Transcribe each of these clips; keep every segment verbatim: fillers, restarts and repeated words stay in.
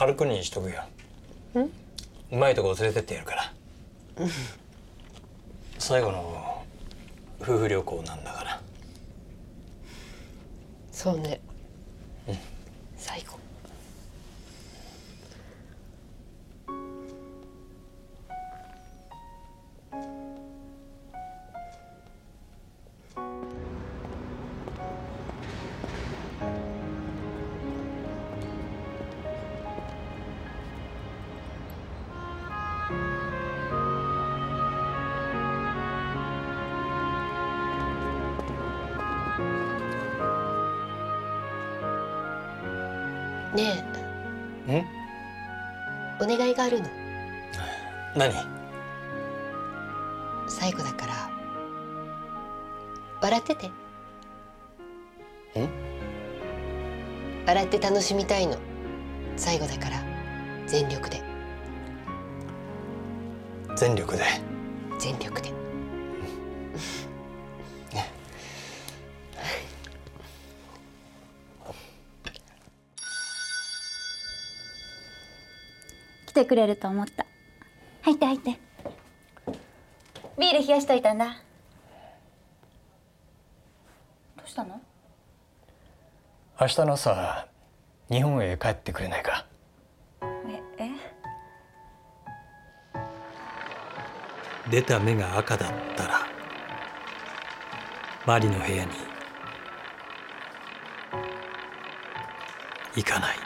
軽くにしとくよ。ん？うまいとこ連れてってやるから。最後の夫婦旅行なんだから。 そうね。 うん。 最後。ねえ。ん？ お願いがあるの。 何？ 最後だから笑ってて。 ん？ 笑って楽しみたいの。最後だから全力で。 全力で。 全力で。 来てくれると思った。入って入って。ビール冷やしといたんだ。どうしたの？ 明日の朝日本へ帰ってくれないか。 ええ？ 出た目が赤だったらマリの部屋に行かない。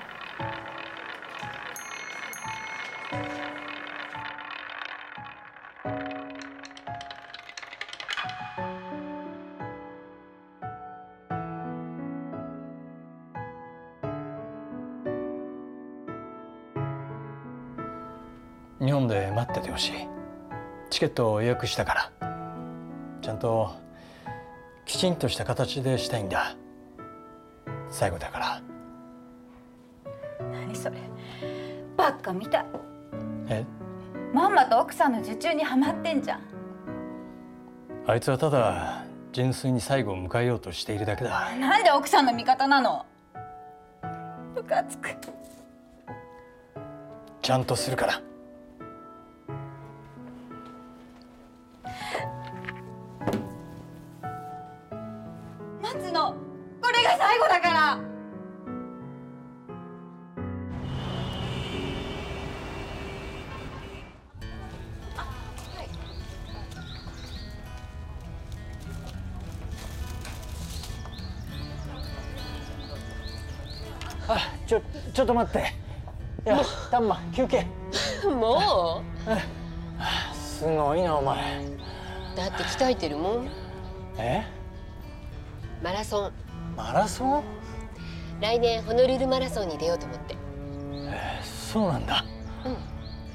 日本で待っててほしい。チケットを予約したから。ちゃんときちんとした形でしたいんだ。最後だから。 何それ、ばっかみたい。 え？ まんまと奥さんの受注にはまってんじゃん。 あいつはただ純粋に最後を迎えようとしているだけだ。 なんで奥さんの味方なの？ムカつく。 ちゃんとするから。 待つの、これが最後だから。 あ、ちょ、ちょっと待って。いや、タンマ、休憩。 もうすごいな、お前。 だって鍛えてるもん。 え？ マラソン。 マラソン？ 来年ホノルルマラソンに出ようと思って。 えー、そうなんだ。 うん。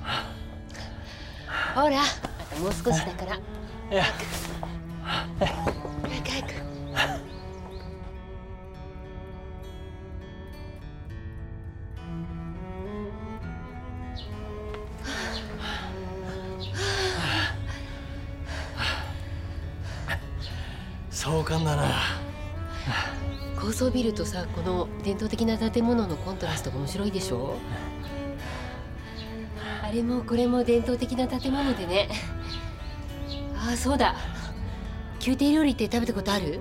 ほら、あともう少しだから。 いや。 早く早く。 壮観だな。 高層ビルとさ、この伝統的な建物のコントラストが面白いでしょ。あれもこれも伝統的な建物でね。ああ、そうだ、宮廷料理って食べたことある？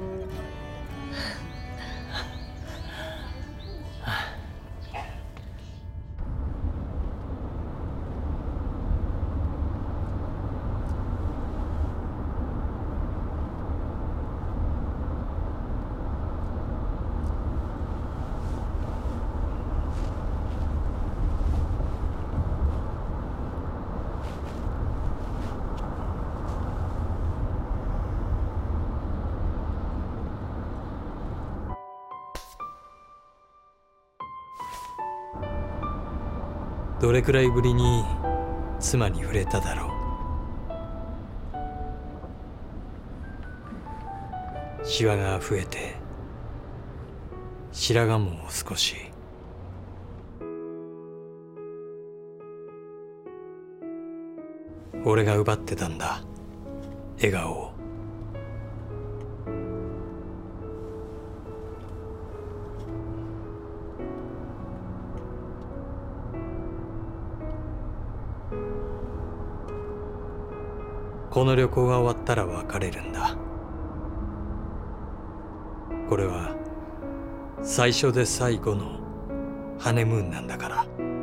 どれくらいぶりに妻に触れただろう。シワが増えて白髪も少し。俺が奪ってたんだ、笑顔を。 この旅行が終わったら別れるんだ。これは最初で最後のハネムーンなんだから。